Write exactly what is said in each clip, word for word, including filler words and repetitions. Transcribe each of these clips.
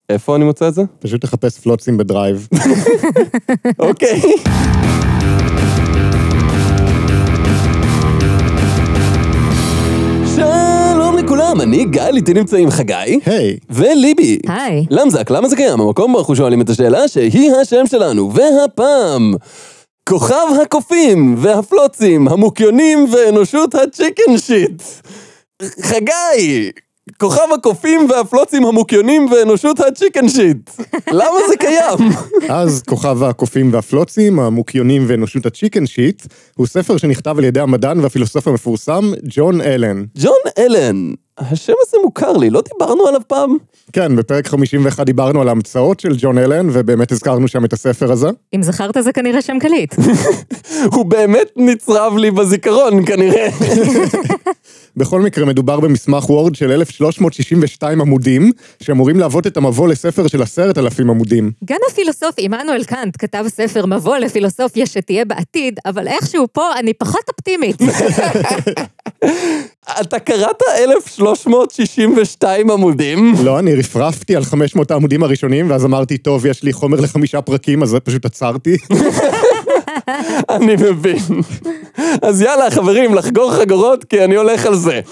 איפה אני מוצא את זה? פשוט לחפש פלוצים בדרייב. אוקיי. שלום לכולם, אני גל, איתי נמצאים חגי. היי. וליבי. היי. למזק, למה זה קיים? המקום בו אנחנו שואלים את השאלה שהיא השם שלנו, והפעם כוכב הקופים והפלוצים, המוקיונים ואנושות הצ'יקן שיט. חגי, כוכב הקופים והפלוצים, המוקיונים ואנושות הצ'יקן שיט. למה זה קיים? אז כוכב הקופים והפלוצים, המוקיונים ואנושות הצ'יקן שיט, הוא ספר שנכתב על ידי המדען והפילוסוף המפורסם, ג'ון אלן. ג'ון אלן, השם הזה מוכר לי, לא דיברנו עליו פעם? כן, בפרק חמישים ואחת דיברנו על ההמצאות של ג'ון אלן, ובאמת הזכרנו שם את הספר הזה. אם זכרת זה כנראה שם קליט. הוא באמת נצרב לי בזיכרון, כנראה. בכל מקרה, מדובר במסמך וורד של אלף שלוש מאות שישים ושתיים עמודים, שאמורים להוות את המבוא לספר של עשרת אלפים עמודים. גם הפילוסוף עמנואל קאנט כתב ספר מבוא לפילוסופיה שתהיה בעתיד, אבל איכשהו פה אני פחות אופטימית. אתה קראת אלף שלוש מאות שישים ושתיים עמודים? לא, אני רפרפתי על חמש מאות העמודים הראשונים, ואז אמרתי, טוב, יש לי חומר לחמישה פרקים, אז פשוט עצרתי. אני מבין. אז יאללה, חברים, לחגור חגורות, כי אני הולך על זה.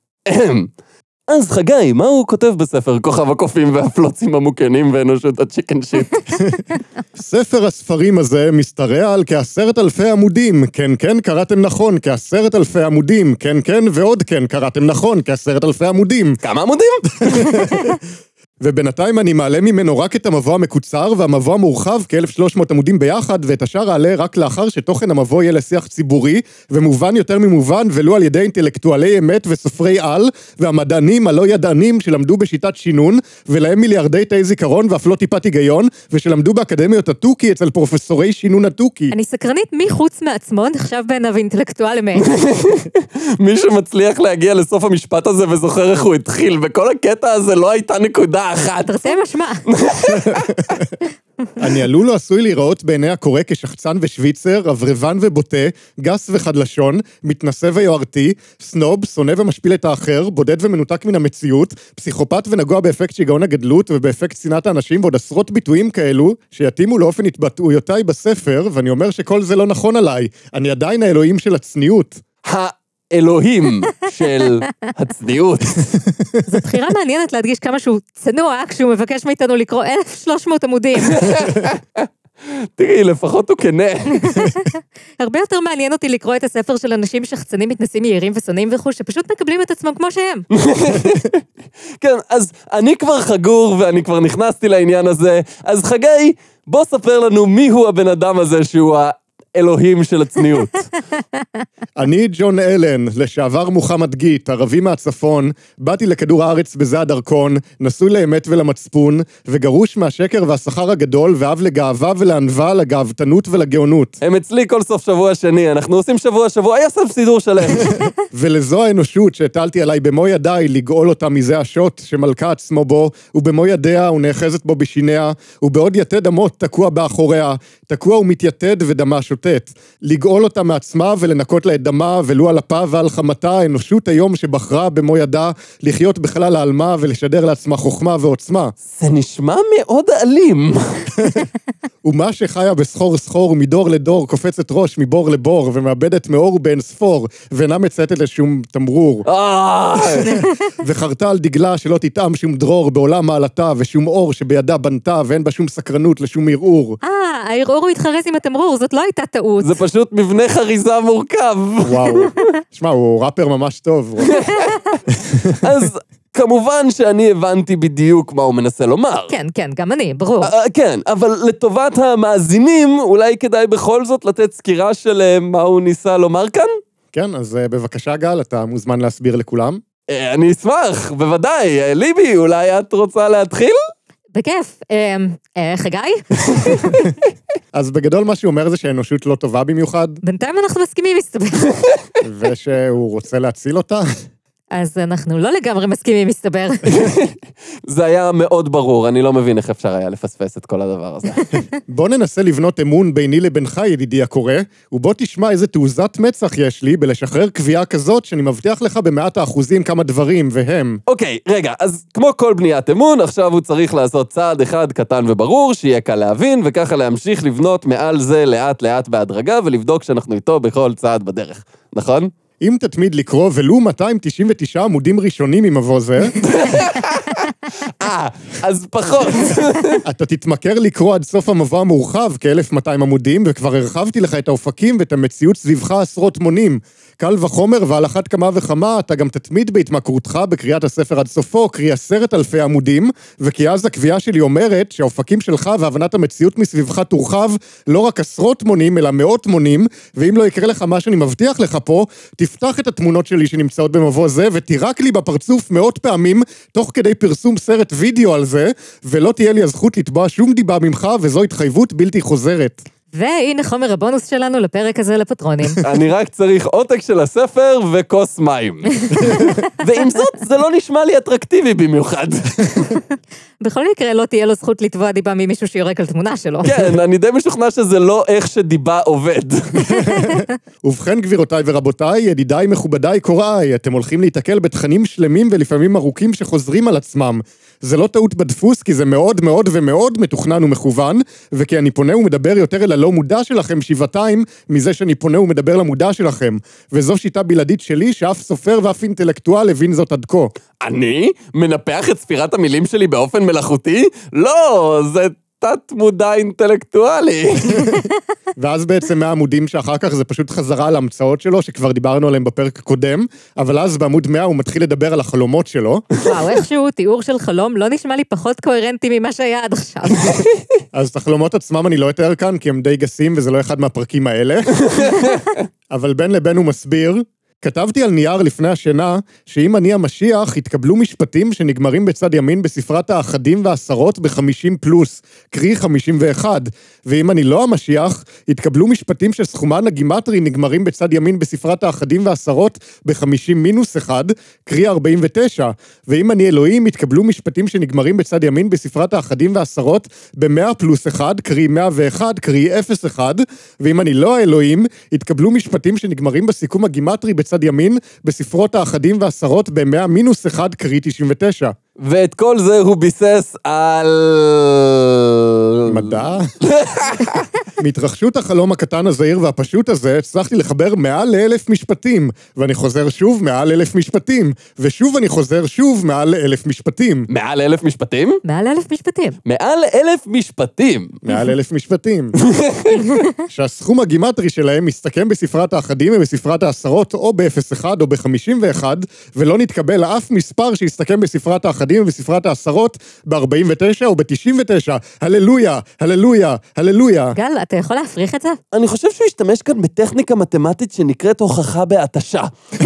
אז חגי, מה הוא כותב בספר כוכב הקופים והפלוצים המוקיונים ואנושות הצ'יקן שיט? ספר הספרים הזה משתרע על כעשרת אלפי עמודים. כן, כן, קראתם נכון, כעשרת אלפי עמודים. כן, כן, ועוד כן, קראתם נכון, כעשרת אלפי עמודים. כמה עמודים? ובינתיים אני מעלה ממנו רק את המבוא המקוצר, והמבוא המורחב כ-אלף ושלוש מאות עמודים ביחד, ואת השאר אעלה רק לאחר שתוכן המבוא יהיה לשיח ציבורי, ומובן יותר ממובן, ולו על ידי אינטלקטואלי אמת וסופרי על, והמדענים הלא ידענים שלמדו בשיטת שינון, ולהם מיליארדי תאי זיכרון ואף לא טיפת היגיון, ושלמדו באקדמיות התוכי אצל פרופסורי שינון התוכי. אני סקרנית מי חוץ מעצמו נחשב בעיניו אינטלקטואל אמת. מי שמצליח להגיע לסוף המשפט הזה וזוכר איך הוא התחיל, בכל הקטע הזה לא הייתה נקודה אחת. תרתי משמע. אני עלול לא עשוי להיראות בעיני הקורא כשחצן ושוויצר, אברבן ובוטה, גס וחדלשון, מתנשא ויוערתי, סנוב, שונא ומשפיל את האחר, בודד ומנותק מן המציאות, פסיכופת ונגוע באפקט שיגעון הגדלות ובאפקט שנאת האנשים, ועוד עשרות ביטויים כאלו שיתאימו לאופן התבטאויותיי בספר, ואני אומר שכל זה לא נכון עליי. אני עדיין האלוהים של הצניעות. אלוהים של הצניעות. זו בחירה מעניינת להדגיש כמה שהוא צנוע כשהוא מבקש מאיתנו לקרוא אלף ושלוש מאות עמודים. תראי, לפחות הוא כנה. הרבה יותר מעניין אותי לקרוא את הספר של אנשים שחצנים, מתנסים, יעירים ושונאים וכו', שפשוט מקבלים את עצמם כמו שהם. כן, אז אני כבר חגור ואני כבר נכנסתי לעניין הזה, אז חגי, בוא ספר לנו מי הוא הבן אדם הזה שהוא ה... אלוהים של הצניעות. אני ג'ון אלן, לשעבר מוחמד גיט, ערבי מהצפון, באתי לכדור הארץ בזה הדרכון, נשוי לאמת ולמצפון, וגרוש מהשקר והשכר הגדול, ואב לגאווה ולענווה, לגאוותנות ולגאונות. הם אצלי כל סוף שבוע שני, אנחנו עושים שבוע שבוע, היה סוף סידור שלם. ולזו האנושות שהטלתי עליי במו ידיי לגאול אותה מזה השוט שמלכה עצמו בו, ובמו ידיה ונאחזת בו בשיניה, ובעוד יתד אמות תקוע באחוריה, תקוע ומתייתד ודמה שוטט. לגאול אותה מעצמה ולנקות לה את דמה, ולו על אפה ועל חמתה, האנושות היום שבחרה במו ידה לחיות בכלל העלמה ולשדר לעצמה חוכמה ועוצמה. זה נשמע מאוד אלים. ומה שחיה בסחור סחור מדור לדור, קופצת ראש מבור לבור, ומאבדת מאור בין ספור, ואינה מצייתת לשום תמרור. וחרתה על דגלה שלא תטעם שום דרור בעולם מעלתה, ושום אור שבידה בנתה, ואין בה שום סקרנות לשום ערעור. אה, הערעור הוא התחרז עם התמרור, זאת לא הייתה טעות. זה פשוט מבנה חריזה מורכב. וואו. שמע, הוא ראפר ממש טוב. אז... כמובן שאני הבנתי בדיוק מה הוא מנסה לומר. כן, כן, גם אני, ברור. כן, אבל לטובת המאזינים, אולי כדאי בכל זאת לתת סקירה של מה הוא ניסה לומר כאן? כן, אז בבקשה גל, אתה מוזמן להסביר לכולם. אני אשמח, בוודאי. ליבי, אולי את רוצה להתחיל? בכיף. חגי? אז בגדול מה שהוא אומר זה שהאנושות לא טובה במיוחד. בינתיים אנחנו מסכימים, מסתבר. ושהוא רוצה להציל אותה. אז אנחנו לא לגמרי מסכימים, מסתבר. זה היה מאוד ברור, אני לא מבין איך אפשר היה לפספס את כל הדבר הזה. בוא ננסה לבנות אמון ביני לבינך, ידידי הקורא, ובוא תשמע איזה תעוזת מצח יש לי בלשחרר קביעה כזאת שאני מבטיח לך במאת האחוזים כמה דברים, והם... אוקיי, רגע, אז כמו כל בניית אמון, עכשיו הוא צריך לעשות צעד אחד קטן וברור, שיהיה קל להבין, וככה להמשיך לבנות מעל זה לאט לאט בהדרגה, ולבדוק שאנחנו איתו בכל צעד בדרך, נכון? אם תתמיד לקרוא ולו מאתיים תשעים ותשעה עמודים ראשונים ממבוא זה, אה, אז פחות. אתה תתמכר לקרוא עד סוף המבוא המורחב כ-אלף מאתיים עמודים, וכבר הרחבתי לך את האופקים ואת המציאות סביבך עשרות מונים. קל וחומר, ועל אחת כמה וכמה, אתה גם תתמיד בהתמכרותך בקריאת הספר עד סופו, קרי עשרת אלפי עמודים, וכי אז הקביעה שלי אומרת שהאופקים שלך והבנת המציאות מסביבך תורחב לא רק עשרות מונים, אלא מאות מונים, ואם לא יקרה לך מה שאני מבטיח לך פה, תפתח את התמונות שלי שנמצאות במבוא זה, ותירק לי בפרצוף מאות פעמים, תוך כדי פרסום סרט וידאו על זה, ולא תהיה לי הזכות לתבוע שום דיבה ממך, וזו התחייבות בלתי חוזרת. והנה חומר הבונוס שלנו לפרק הזה לפטרונים. אני רק צריך עותק של הספר וכוס מים. ועם זאת, זה לא נשמע לי אטרקטיבי במיוחד. בכל מקרה, לא תהיה לו זכות לתבוע דיבה ממישהו שיורק על תמונה שלו. כן, אני די משוכנע שזה לא איך שדיבה עובד. ובכן, גבירותיי ורבותיי, ידידיי מכובדיי קוראי, אתם הולכים להתקל בתכנים שלמים ולפעמים ארוכים שחוזרים על עצמם. זה לא טעות בדפוס, כי זה מאוד מאוד ומאוד מתוכנן ומכוון, וכי אני פונה ומדבר יותר אל הלא מודע שלכם שבעתיים, מזה שאני פונה ומדבר למודע שלכם. וזו שיטה בלעדית שלי, שאף סופר ואף אינטלקטואל הבין זאת עד כה. אני? מנפח את ספירת המילים שלי באופן מלאכותי? לא, זה תת מודע אינטלקטואלי. ואז בעצם מהעמודים שאחר כך זה פשוט חזרה על המצאות שלו, שכבר דיברנו עליהם בפרק הקודם, אבל אז בעמוד מאה הוא מתחיל לדבר על החלומות שלו. וואו, איכשהו תיאור של חלום לא נשמע לי פחות קוהרנטי ממה שהיה עד עכשיו. אז את החלומות עצמם אני לא אתאר כאן, כי הם די גסים וזה לא אחד מהפרקים האלה. אבל בין לבין הוא מסביר, כתבתי על נייר לפני השינה, שאם אני המשיח, התקבלו משפטים שנגמרים בצד ימין בספרת האחדים והעשרות ב-חמישים פלוס, קרי חמישים ואחת, ואם אני לא המשיח, התקבלו משפטים שסכומן הגימטרי נגמרים בצד ימין בספרת האחדים והעשרות ב-חמישים מינוס אחד, קרי ארבעים ותשע, ואם אני אלוהים, התקבלו משפטים שנגמרים בצד ימין בספרת האחדים והעשרות ב-מאה פלוס אחד, קרי מאה ואחת, קרי אפס אחד, ואם אני לא האלוהים, התקבלו משפטים שנגמרים בסיכום הגימטרי בצד צד ימין, בספרות האחדים והעשרות ב-מאה מינוס אחד, קרי תשעים ותשע. ואת כל זה הוא ביסס על... מדע? מהתרחשות החלום הקטן הזהיר והפשוט הזה, הצלחתי לחבר מעל לאלף משפטים, ואני חוזר שוב מעל לאלף משפטים, ושוב אני חוזר שוב מעל לאלף משפטים. מעל אלף משפטים? מעל אלף משפטים. מעל אלף משפטים. מעל אלף משפטים. שהסכום הגימטרי שלהם מסתכם בספרת האחדים ובספרת העשרות, או ב-אפס אחד או ב-חמישים ואחת, ולא נתקבל לאף מספר שיסתכם בספרת האחדים ובספרת העשרות ב-ארבעים ותשע או ב-תשעים ותשע. הללויה, הללויה, הללויה. גל, אתה יכול להפריך את זה? אני חושב שהוא השתמש כאן בטכניקה מתמטית שנקראת הוכחה בהתשה.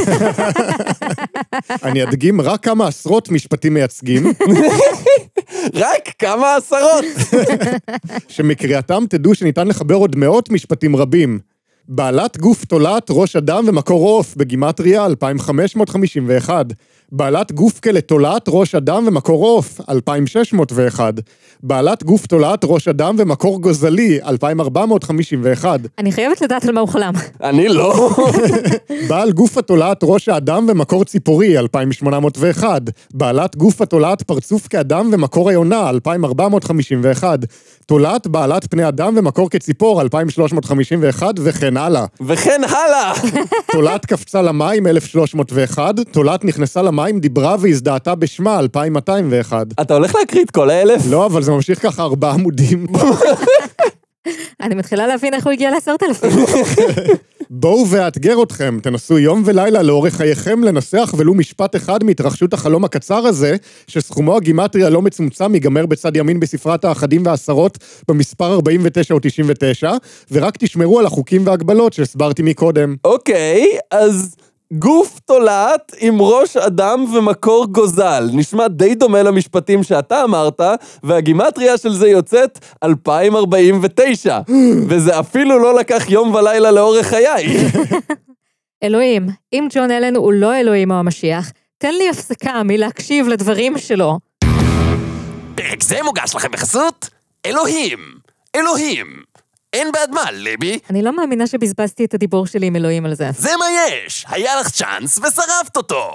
אני אדגים רק כמה עשרות משפטים מייצגים. רק כמה עשרות. שמקריאתם תדעו שניתן לחבר עוד מאות משפטים רבים. בעלת גוף תולעת ראש אדם ומקור עוף בגימטריה אלפיים חמש מאות חמישים ואחת. בעלת גוף כלא תולעת ראש אדם ומקור עוף אלפיים שש מאות ואחת. בעלת גוף תולעת ראש אדם ומקור גוזלי אלפיים ארבע מאות חמישים ואחת. אני חייבת לדעת על מה הוא חלם. אני לא. בעל גוף התולעת ראש האדם ומקור ציפורי אלפיים שמונה מאות ואחת. בעלת גוף התולעת פרצוף כאדם ומקור היונה אלפיים ארבע מאות חמישים ואחת. תולעת בעלת פני אדם ומקור כציפור אלפיים שלוש מאות חמישים ואחת וכן הלאה. וכן הלאה. תולעת קפצה למים אלף שלוש מאות ואחת, תולעת נכנסה למים דיברה והזדהתה בשמה אלפיים מאתיים ואחת. אתה הולך להקריא את כל האלף? לא, אבל זה ממשיך ככה ארבעה עמודים. אני מתחילה להבין איך הוא הגיע לעשרת אלפים. בואו ואתגר אתכם, תנסו יום ולילה לאורך חייכם לנסח ולו משפט אחד מהתרחשות החלום הקצר הזה, שסכומו הגימטרי הלא מצומצם ייגמר בצד ימין בספרת האחדים והעשרות במספר ארבעים ותשע או תשעים ותשע, ורק תשמרו על החוקים והגבלות שהסברתי מקודם. אוקיי, אז... גוף תולעת עם ראש אדם ומקור גוזל. נשמע די דומה למשפטים שאתה אמרת, והגימטריה של זה יוצאת אלפיים ארבעים ותשע. וזה אפילו לא לקח יום ולילה לאורך חיי. אלוהים, אם ג'ון אלן הוא לא אלוהים או המשיח, תן לי הפסקה מלהקשיב לדברים שלו. פרק זה מוגש לכם בחסות אלוהים, אלוהים. אין בעד מה, ליבי. אני לא מאמינה שבזבזתי את הדיבור שלי עם אלוהים על זה. זה מה יש, היה לך צ'אנס ושרפת אותו.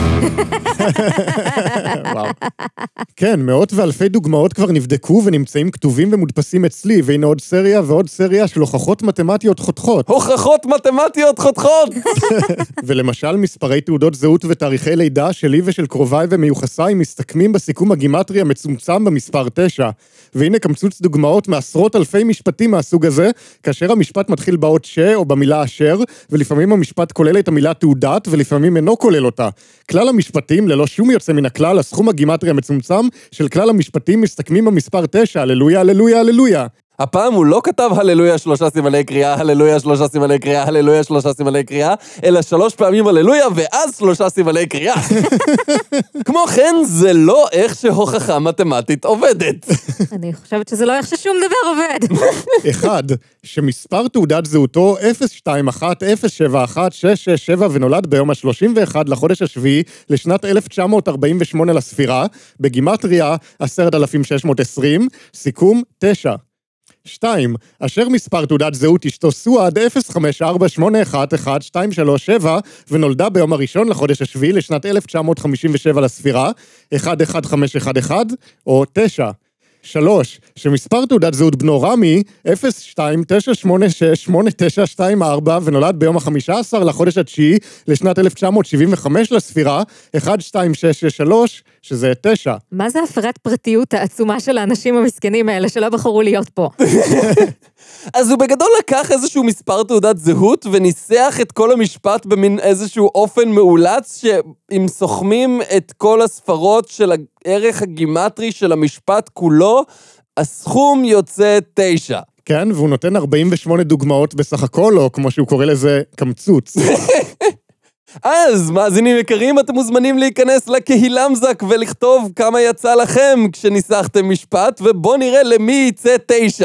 וואו. כן, מאות ואלפי דוגמאות כבר נבדקו ונמצאים כתובים ומודפסים אצלי, והנה עוד סריה ועוד סריה של הוכחות מתמטיות חותכות. הוכחות מתמטיות חותכות! ולמשל, מספרי תעודות זהות ותאריכי לידה שלי ושל קרוביי ומיוחסיי מסתכמים בסיכום הגימטרי המצומצם במספר תשע. והנה קמצוץ דוגמאות מעשרות אלפי משפטים מהסוג הזה, כאשר המשפט מתחיל באות ש או במילה אשר, ולפעמים המשפט כולל את המילה תעודת, ולפעמים אינו כולל אותה. כלל המשפטים, ללא שום יוצא מן הכלל, הסכום הגימטרי המצומצם של כלל המשפטים מסתכמים במספר תשע, הללויה, הללויה, הללויה. הפעם הוא לא כתב הללויה שלושה סימני קריאה, הללויה שלושה סימני קריאה, הללויה שלושה סימני קריאה, אלא שלוש פעמים הללויה ואז שלושה סימני קריאה. כמו כן, זה לא איך שהוכחה מתמטית עובדת. אני חושבת שזה לא איך ששום דבר עובד. אחד, שמספר תעודת זהותו אפס שתיים אחת אפס שבע אחת שש שש שבע ונולד ביום ה-שלושים ואחד לחודש השביעי לשנת אלף תשע מאות ארבעים ושמונה לספירה, בגימטריה עשרת אלפים שש מאות ועשרים, סיכום תשע. שתיים, אשר מספר תעודת זהות אשתו סועד אפס חמש ארבע שמונה אחת אחת שתיים שלוש שבע ונולדה ביום הראשון לחודש השביעי לשנת אלף תשע מאות חמישים ושבע לספירה, אחת אחת חמש אחת אחת או תשע. שלוש, שמספר תעודת זהות בנו רמי אפס שתיים תשע שמונה שש שמונה תשע שתיים ארבע ונולד ביום ה-חמישה עשר לחודש התשיעי לשנת אלף תשע מאות שבעים וחמש לספירה, אחת שתיים שש שש שלוש, שזה תשע. מה זה הפרת פרטיות העצומה של האנשים המסכנים האלה שלא בחרו להיות פה? אז הוא בגדול לקח איזשהו מספר תעודת זהות וניסח את כל המשפט במין איזשהו אופן מאולץ שאם סוכמים את כל הספרות של הערך הגימטרי של המשפט כולו, הסכום יוצא תשע. כן, והוא נותן ארבעים ושמונה דוגמאות בסך הכל, או כמו שהוא קורא לזה, קמצוץ. אז, מאזינים יקרים, אתם מוזמנים להיכנס לקהילמזק ולכתוב כמה יצא לכם כשניסחתם משפט, ובוא נראה למי יצא תשע.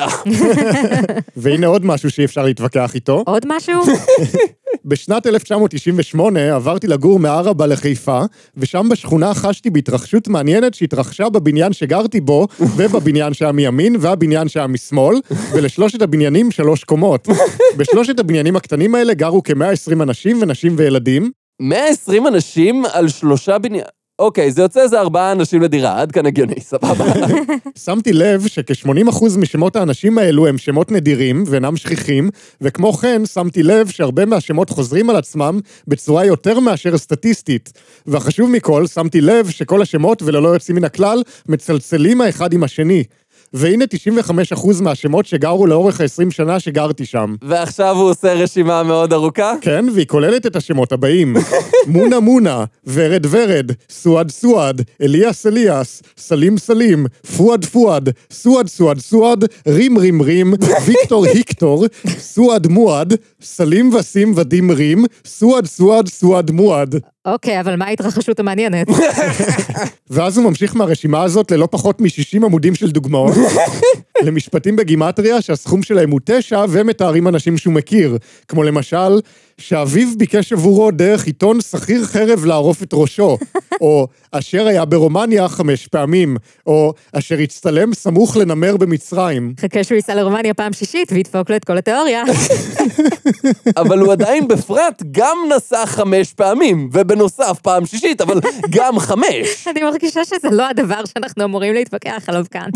והנה עוד משהו שאי אפשר להתווכח איתו. עוד משהו? בשנת אלף תשע מאות תשעים ושמונה עברתי לגור מערבה לחיפה, ושם בשכונה חשתי בהתרחשות מעניינת שהתרחשה בבניין שגרתי בו, ובבניין שהיה מימין והבניין שהיה משמאל, ולשלושת הבניינים שלוש קומות. בשלושת הבניינים הקטנים האלה גרו כ-מאה ועשרים אנשים ונשים וילדים. מאה ועשרים אנשים על שלושה בניינים... אוקיי, זה יוצא איזה ארבעה אנשים לדירה, עד כאן הגיוני, סבבה. שמתי לב שכ-שמונים אחוז משמות האנשים האלו הם שמות נדירים ואינם שכיחים, וכמו כן שמתי לב שהרבה מהשמות חוזרים על עצמם בצורה יותר מאשר סטטיסטית. והחשוב מכל, שמתי לב שכל השמות וללא יוצאים מן הכלל מצלצלים האחד עם השני. והנה תשעים וחמישה אחוז מהשמות שגרו לאורך ה-עשרים שנה שגרתי שם. ועכשיו הוא עושה רשימה מאוד ארוכה? כן, והיא כוללת את השמות הבאים. מונה מונה, ורד ורד, סועד סועד, אליאס אליאס, סלים סלים, פואד פואד, סועד סועד סועד, רים רים רים, ויקטור היקטור, סועד מועד, סלים וסים ודים רים, סועד סועד סועד מועד. אוקיי, אבל מה ההתרחשות המעניינת? ואז הוא ממשיך מהרשימה הזאת ללא פחות מ-שישים עמודים של דוגמאות, למשפטים בגימטריה שהסכום שלהם הוא תשע, ומתארים אנשים שהוא מכיר, כמו למשל, שאביו ביקש עבורו דרך עיתון שכיר חרב לערוף את ראשו, או אשר היה ברומניה חמש פעמים, או אשר הצטלם סמוך לנמר במצרים. חכה שהוא ייסע לרומניה פעם שישית וידפוק לו את כל התיאוריה. אבל הוא עדיין בפרט גם נסע חמש פעמים, ובנוסף פעם שישית, אבל גם חמש. אני מרגישה שזה לא הדבר שאנחנו אמורים להתווכח עליו כאן.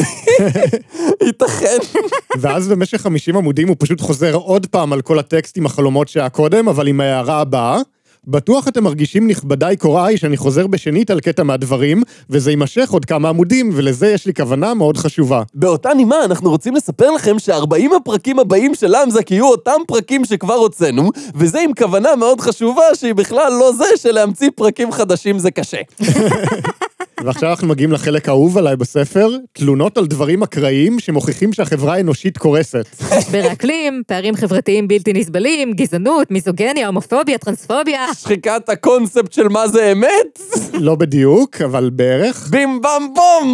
ייתכן. ואז במשך חמישים עמודים הוא פשוט חוזר עוד פעם על כל הטקסט עם החלומות שהיה קודם, אבל עם ההערה הבאה. בטוח אתם מרגישים נכבדיי קוראי שאני חוזר בשנית על קטע מהדברים, וזה יימשך עוד כמה עמודים, ולזה יש לי כוונה מאוד חשובה. באותה נימה אנחנו רוצים לספר לכם ש-ארבעים הפרקים הבאים של למזק יהיו אותם פרקים שכבר הוצאנו, וזה עם כוונה מאוד חשובה שהיא בכלל לא זה שלהמציא פרקים חדשים זה קשה. ועכשיו אנחנו מגיעים לחלק האהוב עליי בספר, תלונות על דברים אקראיים שמוכיחים שהחברה האנושית קורסת. משבר אקלים, פערים חברתיים בלתי נסבלים, גזענות, מיזוגניה, הומופוביה, טרנספוביה. שחיקת הקונספט של מה זה אמת? לא בדיוק, אבל בערך. בים במ בום!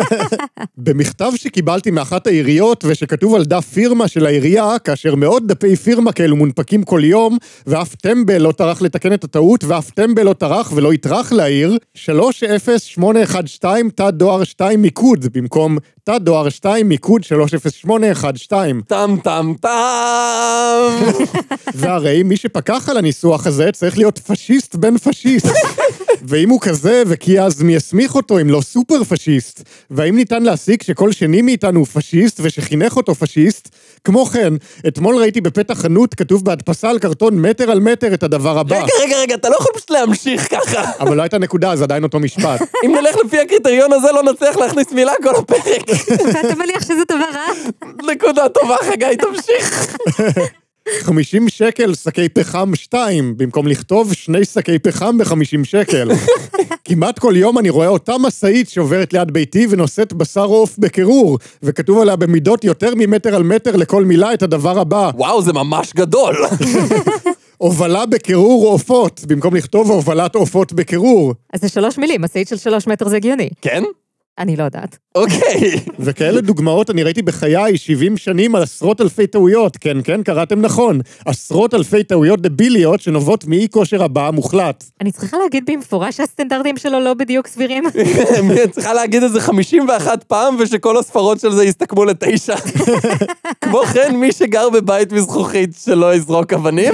במכתב שקיבלתי מאחת העיריות ושכתוב על דף פירמה של העירייה, כאשר מאות דפי פירמה כאלו מונפקים כל יום, ואף טמבל לא טרח לתקן את הטעות, ואף טמבל לא טרח ולא יטרח להעיר, שלוש אפס שמונה אחת שתיים תא דואר שתיים מיקוד, במקום תא דואר שתיים מיקוד שלוש אפס שמונה אחת שתיים. טם טם טם! והרי מי שפקח על הניסוח הזה צריך להיות פשיסט בן פשיסט. ואם הוא כזה, וכי אז מי יסמיך אותו אם לא סופר פשיסט? והאם ניתן להסיק שכל שני מאיתנו הוא פשיסט ושחינך אותו פשיסט? כמו כן, אתמול ראיתי בפתח חנות כתוב בהדפסה על קרטון מטר על מטר את הדבר הבא. רגע, רגע, רגע, אתה לא יכול פשוט להמשיך ככה. אבל לא הייתה נקודה, זה עדיין אותו משפט. אם נלך לפי הקריטריון הזה, לא נצליח להכניס מילה כל הפרק. ואתה מניח שזה דבר רע? נקודה טובה, חגי, תמשיך. חמישים שקל שקי פחם שתיים, במקום לכתוב שני שקי פחם ב-חמישים שקל. כמעט כל יום אני רואה אותה מסעית שעוברת ליד ביתי ונושאת בשר עוף בקירור, וכתוב עליה במידות יותר ממטר על מטר לכל מילה את הדבר הבא. וואו, זה ממש גדול. הובלה בקירור עופות, במקום לכתוב הובלת עופות בקירור. אז זה שלוש מילים, מסעית של שלוש מטר זה הגיוני. כן? אני לא יודעת. אוקיי. וכאלה דוגמאות אני ראיתי בחיי שבעים שנים על עשרות אלפי טעויות, כן, כן, קראתם נכון. עשרות אלפי טעויות דביליות שנובעות מאי כושר הבא המוחלט. אני צריכה להגיד במפורש שהסטנדרטים שלו לא בדיוק סבירים. אני צריכה להגיד איזה חמישים ואחת פעם, ושכל הספרות של זה יסתכמו לתשע. כמו כן, מי שגר בבית מזכוכית שלא יזרוק אבנים.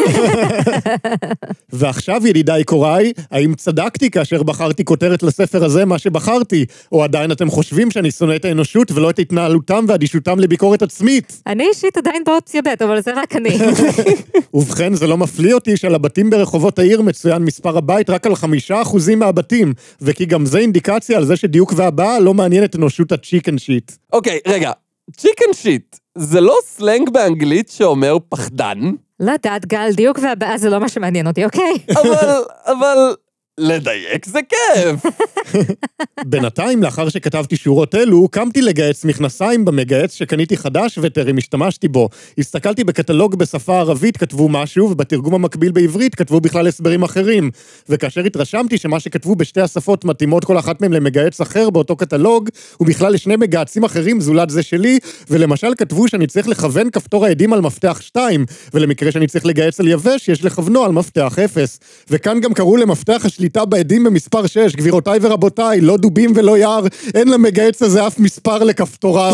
ועכשיו ידידיי קוראי, האם צדקתי כאשר בחרתי כותרת לספר הזה מה שבחרתי, או עדיין אתם חושבים שאני שונא את האנושות ולא את התנהלותם ואדישותם לביקורת עצמית? אני אישית עדיין באופציה ב', אבל זה רק אני. ובכן, זה לא מפליא אותי שעל הבתים ברחובות העיר מצוין מספר הבית רק על חמישה אחוזים מהבתים, וכי גם זה אינדיקציה על זה שדיוק והבאה לא מעניין את אנושות הצ'יקן שיט. אוקיי, רגע, צ'יקן שיט, זה לא סלנג באנגלית שאומר פחדן? לא יודעת, גל, דיוק והבאה זה לא מה שמעניין אותי, אוקיי? אבל, אבל... לדייק זה כיף. בינתיים, לאחר שכתבתי שורות אלו, קמתי לגייץ מכנסיים במגייץ שקניתי חדש וטרם השתמשתי בו. הסתכלתי בקטלוג בשפה הערבית, כתבו משהו, ובתרגום המקביל בעברית כתבו בכלל הסברים אחרים. וכאשר התרשמתי שמה שכתבו בשתי השפות מתאימות כל אחת מהם למגייץ אחר באותו קטלוג, ובכלל לשני מגייצים אחרים זולת זה שלי, ולמשל כתבו שאני צריך לכוון כפתור העדים על מפתח שתיים, ולמקרה שאני צריך לגייץ על יבש, יש לכוונו על מפתח אפס. וכאן גם קראו למפתח השליטה בעדים במספר שש, גבירותיי ורבותיי, לא דובים ולא יער, אין למגייץ הזה אף מספר לכפתוריו.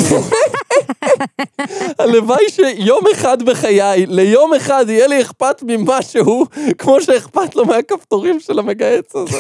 הלוואי שיום אחד בחיי, ליום אחד יהיה לי אכפת ממשהו, כמו שאכפת לו מהכפתורים של המגייץ הזה.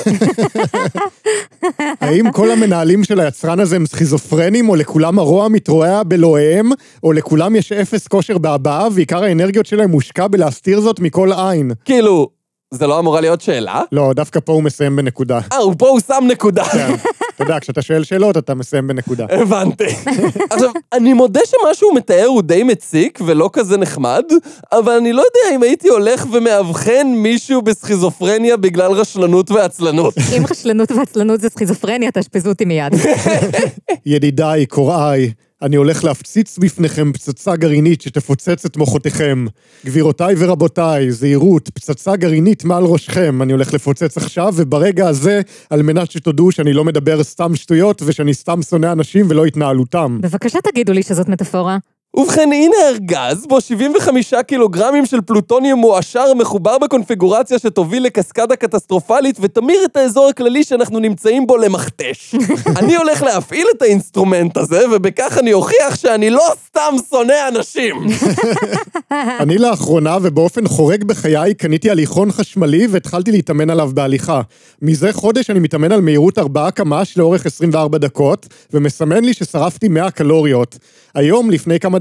האם כל המנהלים של היצרן הזה הם סכיזופרנים, או לכולם הרוע מתרועע בלואיהם, או לכולם יש אפס כושר בהבעה, ועיקר האנרגיות שלהם מושקע בלהסתיר זאת מכל עין? כאילו, זה לא אמורה להיות שאלה? לא, דווקא פה הוא מסיים בנקודה. אה, פה הוא שם נקודה. כן, אתה יודע, כשאתה שואל שאלות, אתה מסיים בנקודה. הבנתי. עכשיו, אני מודה שמה שהוא מתאר הוא די מציק ולא כזה נחמד, אבל אני לא יודע אם הייתי הולך ומאבחן מישהו בסכיזופרניה בגלל רשלנות ועצלנות. אם רשלנות ועצלנות זה סכיזופרניה, תאשפזו אותי מיד. ידידיי, קוראי, אני הולך להפציץ בפניכם פצצה גרעינית שתפוצץ את מוחותיכם. גבירותיי ורבותיי, זהירות, פצצה גרעינית מעל ראשכם. אני הולך לפוצץ עכשיו, וברגע הזה, על מנת שתודעו שאני לא מדבר סתם שטויות, ושאני סתם שונא אנשים ולא התנהלותם. בבקשה תגידו לי שזאת מטאפורה. ובכן, הנה ארגז, בו שבעים וחמישה קילוגרמים של פלוטוניום מועשר מחובר בקונפיגורציה שתוביל לקסקדה קטסטרופלית ותמיר את האזור הכללי שאנחנו נמצאים בו למכתש. אני הולך להפעיל את האינסטרומנט הזה, ובכך אני אוכיח שאני לא סתם שונא אנשים. אני לאחרונה ובאופן חורג בחיי קניתי הליכון חשמלי והתחלתי להתאמן עליו בהליכה. מזה חודש אני מתאמן על מהירות ארבעה קמ"ש לאורך עשרים וארבע דקות, ומסמן לי ששרפתי מאה קלוריות. היום, לפני כמה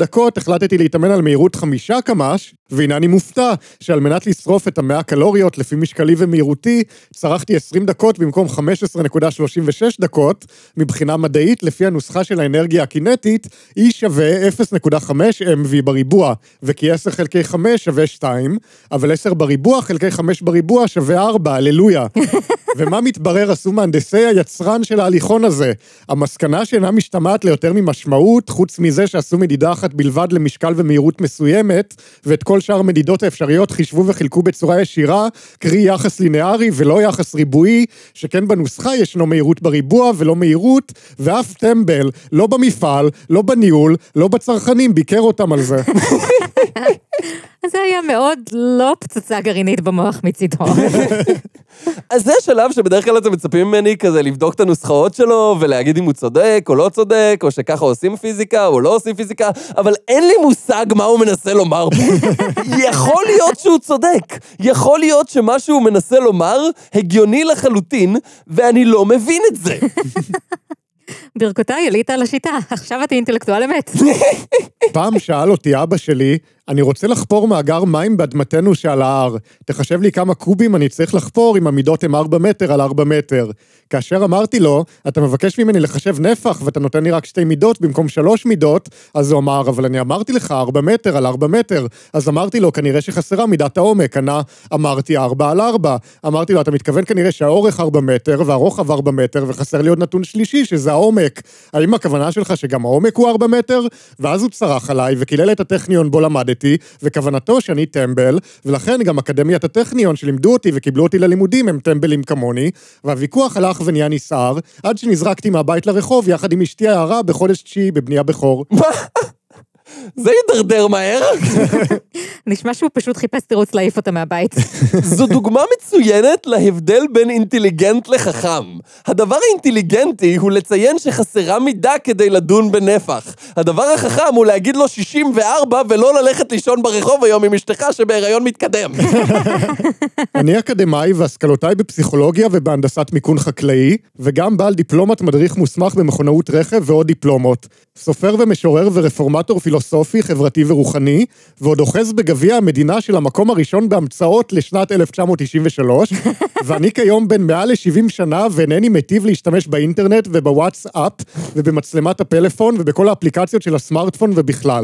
דקות החלטתי להתאמן על מהירות חמישה קמ"ש, והנה אני מופתע שעל מנת לשרוף את המאה קלוריות לפי משקלי ומהירותי, צרכתי עשרים דקות במקום חמש עשרה נקודה שלושים ושש דקות, מבחינה מדעית לפי הנוסחה של האנרגיה הקינטית, E שווה אפס נקודה חמש אם וי בריבוע, וכי עשר חלקי חמש שווה שתיים, אבל עשר בריבוע חלקי חמש בריבוע שווה ארבע, הללויה. ומה מתברר עשו מהנדסי היצרן של ההליכון הזה? המסקנה שאינה משתמעת ליותר ממשמעות, חוץ מזה שעשו מדידה אחת בלבד למשקל ומהירות מסוימת, ואת כל שאר המדידות האפשריות חישבו וחילקו בצורה ישירה, קרי יחס לינארי ולא יחס ריבועי, שכן בנוסחה ישנו מהירות בריבוע ולא מהירות, ואף טמבל, לא במפעל, לא בניהול, לא בצרכנים, ביקר אותם על זה. אז זה היה מאוד לא פצצה גרעינית במוח מצידו. אז זה שלב שבדרך כלל אתם מצפים ממני כזה לבדוק את הנוסחאות שלו, ולהגיד אם הוא צודק או לא צודק, או שככה עושים פיזיקה או לא עושים פיזיקה, אבל אין לי מושג מה הוא מנסה לומר פה. יכול להיות שהוא צודק, יכול להיות שמה שהוא מנסה לומר הגיוני לחלוטין, ואני לא מבין את זה. ברכותיי, עלית על השיטה, עכשיו אתה אינטלקטואל אמת. פעם שאל אותי אבא שלי, אני רוצה לחפור מאגר מים באדמתנו שעל ההר. תחשב לי כמה קובים אני צריך לחפור אם המידות הם ארבע מטר על ארבע מטר. כאשר אמרתי לו, אתה מבקש ממני לחשב נפח ואתה נותן לי רק שתי מידות במקום שלוש מידות, אז הוא אמר, אבל אני אמרתי לך ארבע מטר על ארבע מטר. אז אמרתי לו, כנראה שחסרה מידת העומק. ענה, אמרתי ארבע על ארבע. אמרתי לו, אתה מתכוון כנראה שהאורך ארבע מטר והרוחב ארבע מטר, וחסר לי עוד נתון שלישי שזה העומק. האם הכוונה שלך שגם העומק הוא ארבע מטר? ואז הוא צרח עליי וקילל את הטכניון בו למדתי, וכוונתו שאני טמבל, ולכן גם אקדמיית הטכניון שלימדו אותי וקיבלו אותי ללימודים הם טמבלים כמוני, והוויכוח הלך ונהיה נסער, עד שנזרקתי מהבית לרחוב יחד עם אשתי הערה בחודש תשיעי בבנייה בכור. זה ידרדר מהר. נשמע שהוא פשוט חיפש תירוץ להעיף אותה מהבית. זו דוגמה מצוינת להבדל בין אינטליגנט לחכם. הדבר האינטליגנטי הוא לציין שחסרה מידה כדי לדון בנפח. הדבר החכם הוא להגיד לו שישים וארבע ולא ללכת לישון ברחוב היום עם אשתך שבהיריון מתקדם. אני אקדמאי והשכלותיי בפסיכולוגיה ובהנדסת מיכון חקלאי, וגם בעל דיפלומת מדריך מוסמך במכונאות רכב ועוד דיפלומות. סופר ומשורר ורפורמטור פילוסופי, חברתי ורוחני, ועוד אוחז בגביע המדינה של המקום הראשון בהמצאות לשנת אלף תשע מאות תשעים ושלוש, ואני כיום בן מעל ל-שבעים שנה, ואינני מטיב להשתמש באינטרנט ובוואטסאפ, ובמצלמת הפלאפון, ובכל האפליקציות של הסמארטפון ובכלל.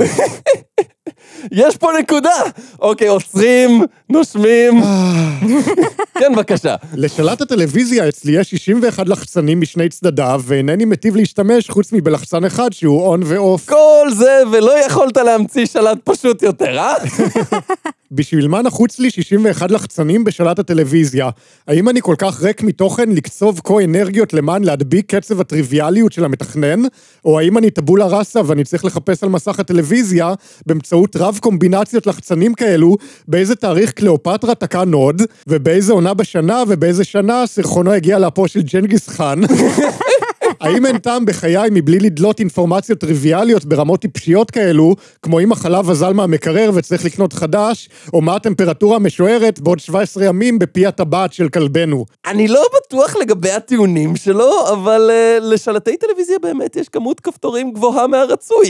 יש פה נקודה! אוקיי, עוצרים, נושמים. כן, בבקשה. לשלט הטלוויזיה אצלי יש שישים ואחד לחצנים משני צדדיו, ואינני מטיב להשתמש חוץ מבלחצן אחד שהוא און ואוף. כל זה, ולא יכולת להמציא שלט פשוט יותר, אה? בשביל מה נחוץ לי שישים ואחד לחצנים בשלט הטלוויזיה? האם אני כל כך ריק מתוכן לקצוב כה אנרגיות למען להדביק קצב הטריוויאליות של המתכנן? או האם אני טבולה ראסה ואני צריך לחפש על מסך הטלוויזיה באמצעות רב קומבינציות לחצנים כאלו, באיזה תאריך קליאופטרה תקע נוד, ובאיזה עונה בשנה ובאיזה שנה סרחונו הגיע לאפו של ג'נגיס חאן? האם אין טעם בחיי מבלי לדלות אינפורמציות טריוויאליות ברמות טיפשיות כאלו, כמו אם החלב אזל מהמקרר וצריך לקנות חדש, או מה הטמפרטורה המשוערת בעוד שבעה עשר ימים בפי הטבעת של כלבנו? אני לא בטוח לגבי הטיעונים שלו, אבל uh, לשלטי טלוויזיה באמת יש כמות כפתורים גבוהה מהרצוי.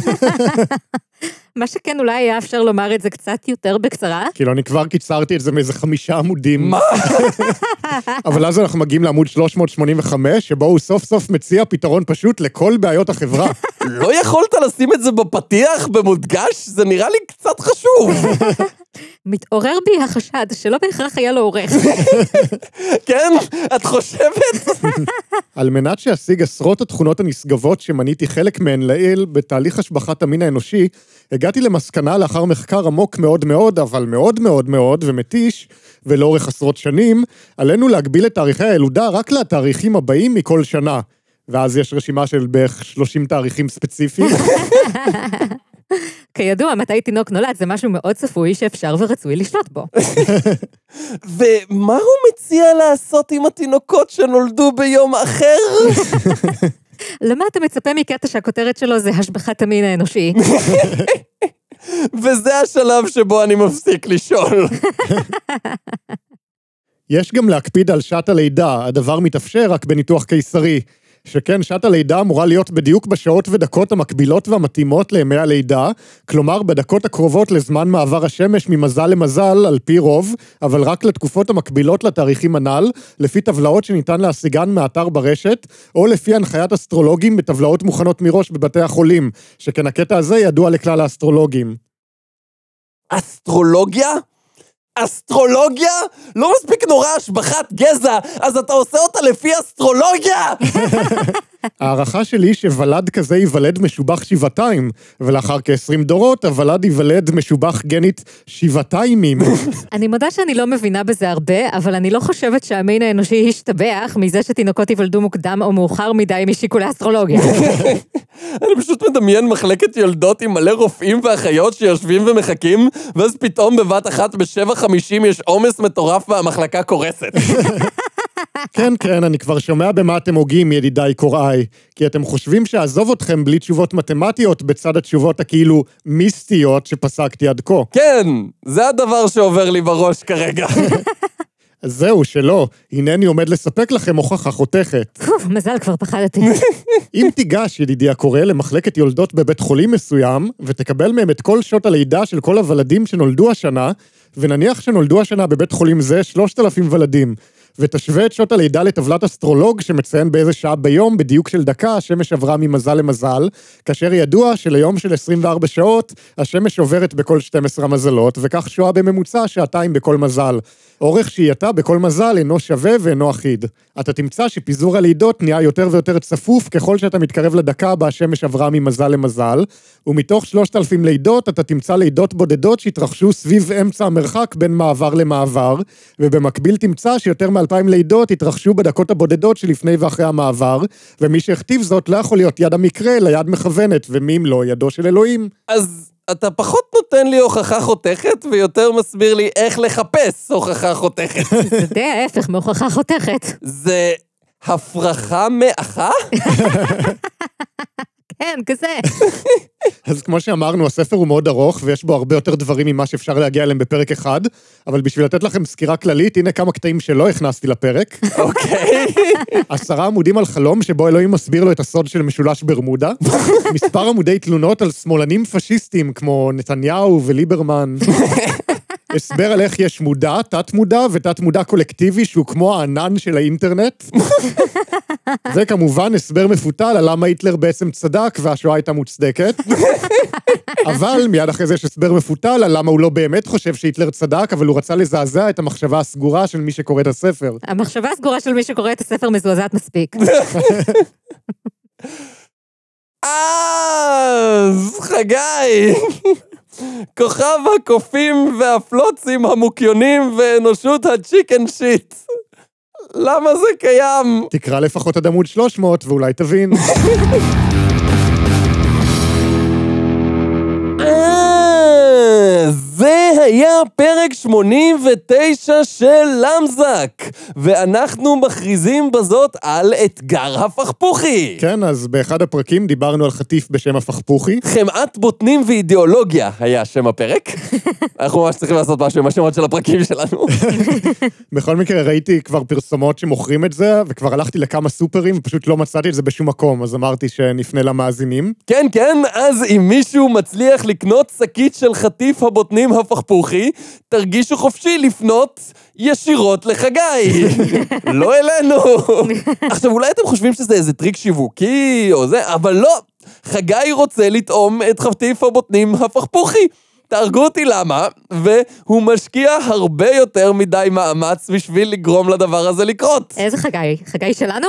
מה שכן אולי היה אפשר לומר את זה קצת יותר בקצרה. כאילו אני כבר קיצרתי את זה מאיזה חמישה עמודים. מה? אבל אז אנחנו מגיעים לעמוד שלוש מאות שמונים וחמש, שבו הוא סוף סוף מציע פתרון פשוט לכל בעיות החברה. לא יכולת לשים את זה בפתיח במודגש? זה נראה לי קצת חשוב. מתעורר בי החשד שלא בהכרח היה לו עורך. כן? את חושבת? על מנת שישיג עשרות התכונות הנשגבות שמניתי חלק מהן לעיל בתהליך השבחת המין האנושי, הגעתי למסקנה לאחר מחקר עמוק מאוד מאוד, אבל מאוד מאוד מאוד ומתיש, ולאורך עשרות שנים, עלינו להגביל את תאריכי הילודה רק לתאריכים הבאים מכל שנה. ואז יש רשימה של בערך שלושים תאריכים ספציפיים. כידוע, מתי תינוק נולד זה משהו מאוד צפוי שאפשר ורצוי לשלוט בו. ומה הוא מציע לעשות עם התינוקות שנולדו ביום אחר? למה אתה מצפה מקטע שהכותרת שלו זה השבחת המין האנושי? וזה השלב שבו אני מפסיק לשאול. יש גם להקפיד על שעת הלידה, הדבר מתאפשר רק בניתוח קיסרי. שכן שעת הלידה אמורה להיות בדיוק בשעות ודקות המקבילות והמתאימות לימי הלידה, כלומר בדקות הקרובות לזמן מעבר השמש ממזל למזל על פי רוב, אבל רק לתקופות המקבילות לתאריכים הנ"ל, לפי טבלאות שניתן להשיגן מאתר ברשת, או לפי הנחיית אסטרולוגים בטבלאות מוכנות מראש בבתי החולים, שכן הקטע הזה ידוע לכלל האסטרולוגים. אסטרולוגיה? אסטרולוגיה? לא מספיק נורא השבחת גזע, אז אתה עושה אותה לפי אסטרולוגיה? הערכה שלי שוולד כזה ייוולד משובח שבעתיים, ולאחר כ-עשרים דורות, הוולד ייוולד משובח גנית שבעתיימים. אני מודה שאני לא מבינה בזה הרבה, אבל אני לא חושבת שהמין האנושי ישתבח מזה שתינוקות ייוולדו מוקדם או מאוחר מדי משיקולי אסטרולוגיה. אני פשוט מדמיין מחלקת יולדות עם מלא רופאים ואחיות שיושבים ומחכים, ואז פתאום בבת אחת בשבע חמישים יש עומס מטורף והמחלקה קורסת. כן, כן, אני כבר שומע במה אתם הוגים, ידידיי קוראי, כי אתם חושבים שעזוב אתכם בלי תשובות מתמטיות בצד התשובות הכאילו מיסטיות שפסקתי עד כה. כן, זה הדבר שעובר לי בראש כרגע. אז זהו, שלא, הנני עומד לספק לכם הוכחה חותכת. מזל, כבר פחדתי. אם תיגש, ידידי הקורא, למחלקת יולדות בבית חולים מסוים, ותקבל מהם את כל שעות הלידה של כל הוולדים שנולדו השנה, ונניח שנולדו השנה בבית חולים זה שלושת אלפים ולדים, ותשווה את שעות הלידה לטבלת אסטרולוג שמציין באיזה שעה ביום, בדיוק של דקה, השמש עברה ממזל למזל, כאשר ידוע שליום של עשרים וארבע שעות, השמש עוברת בכל שתים עשרה מזלות, וכך שואה בממוצע שעתיים בכל מזל. אורך שהייתה בכל מזל אינו שווה ואינו אחיד. אתה תמצא שפיזור הלידות נהיה יותר ויותר צפוף ככל שאתה מתקרב לדקה בה השמש עברה ממזל למזל, ומתוך שלושת אלפים לידות אתה תמצא לידות בודדות שהתרחשו סביב אמצע המרחק בין מעבר למעבר, ובמקביל תמצא שיותר מאלפיים לידות התרחשו בדקות הבודדות שלפני ואחרי המעבר, ומי שהכתיב זאת לא יכול להיות יד המקרה, אלא יד מכוונת, ומי אם לא ידו של אלוהים. אז אתה פחות נותן לי הוכחה חותכת, ויותר מסביר לי איך לחפש הוכחה חותכת. זה די ההפך מהוכחה חותכת. זה הפרחה מאחה? כן, כזה. אז כמו שאמרנו, הספר הוא מאוד ארוך, ויש בו הרבה יותר דברים ממה שאפשר להגיע אליהם בפרק אחד, אבל בשביל לתת לכם סקירה כללית, הנה כמה קטעים שלא הכנסתי לפרק. אוקיי. עשרה עמודים על חלום, שבו אלוהים מסביר לו את הסוד של משולש ברמודה. מספר עמודי תלונות על שמאלנים פשיסטים, כמו נתניהו וליברמן. הסבר על איך יש מודע, תת מודע ותת מודע קולקטיבי, שהוא כמו הענן של האינטרנט. וכמובן, הסבר מפותל על למה היטלר בעצם צדק והשואה הייתה מוצדקת. אבל מיד אחרי זה יש הסבר מפותל על למה הוא לא באמת חושב שהיטלר צדק, אבל הוא רצה לזעזע את המחשבה הסגורה של מי שקורא את הספר. המחשבה הסגורה של מי שקורא את הספר מזועזעת מספיק. אז, חגי! כוכב הקופים והפלוצים המוקיונים ואנושות הצ'יקן שיט. למה זה קיים? תקרא לפחות עד עמוד שלוש מאות ואולי תבין. זה היה פרק שמונים ותשע של למזק, ואנחנו מכריזים בזאת על אתגר הפכפוכי. כן, אז באחד הפרקים דיברנו על חטיף בשם הפכפוכי. חמאת בוטנים ואידיאולוגיה היה שם הפרק. אנחנו ממש צריכים לעשות משהו עם השמות של הפרקים שלנו. בכל מקרה ראיתי כבר פרסומות שמוכרים את זה, וכבר הלכתי לכמה סופרים ופשוט לא מצאתי את זה בשום מקום, אז אמרתי שנפנה למאזינים. כן, כן, אז אם מישהו מצליח לקנות שקית של חטיף הבוטנים הפכפוכי, תרגישו חופשי לפנות ישירות לחגי. לא אלינו. עכשיו, אולי אתם חושבים שזה איזה טריק שיווקי או זה, אבל לא. חגי רוצה לטעום את חטיף הבוטנים הפכפוכי. תהרגו אותי למה, והוא משקיע הרבה יותר מדי מאמץ בשביל לגרום לדבר הזה לקרות. איזה חגי? חגי שלנו?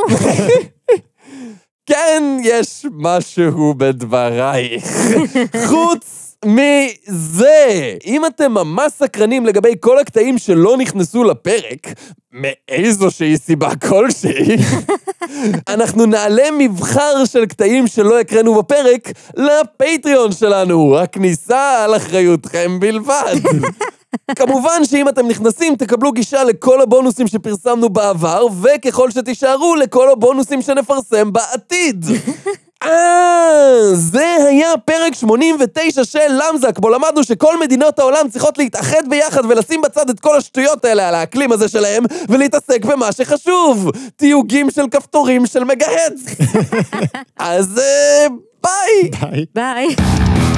כן, יש משהו בדברייך. חוץ מזה, אם אתם ממש סקרנים לגבי כל הקטעים שלא נכנסו לפרק, מאיזושהי סיבה כלשהי, אנחנו נעלה מבחר של קטעים שלא הקראנו בפרק לפטריון שלנו. הכניסה על אחריותכם בלבד. כמובן שאם אתם נכנסים, תקבלו גישה לכל הבונוסים שפרסמנו בעבר, וככל שתישארו לכל הבונוסים שנפרסם בעתיד. אה, זה היה פרק שמונים ותשע של למזק, בו למדנו שכל מדינות העולם צריכות להתאחד ביחד ולשים בצד את כל השטויות האלה על האקלים הזה שלהם, ולהתעסק במה שחשוב, תיוגים של כפתורים של מגהץ. אז ביי! ביי. ביי.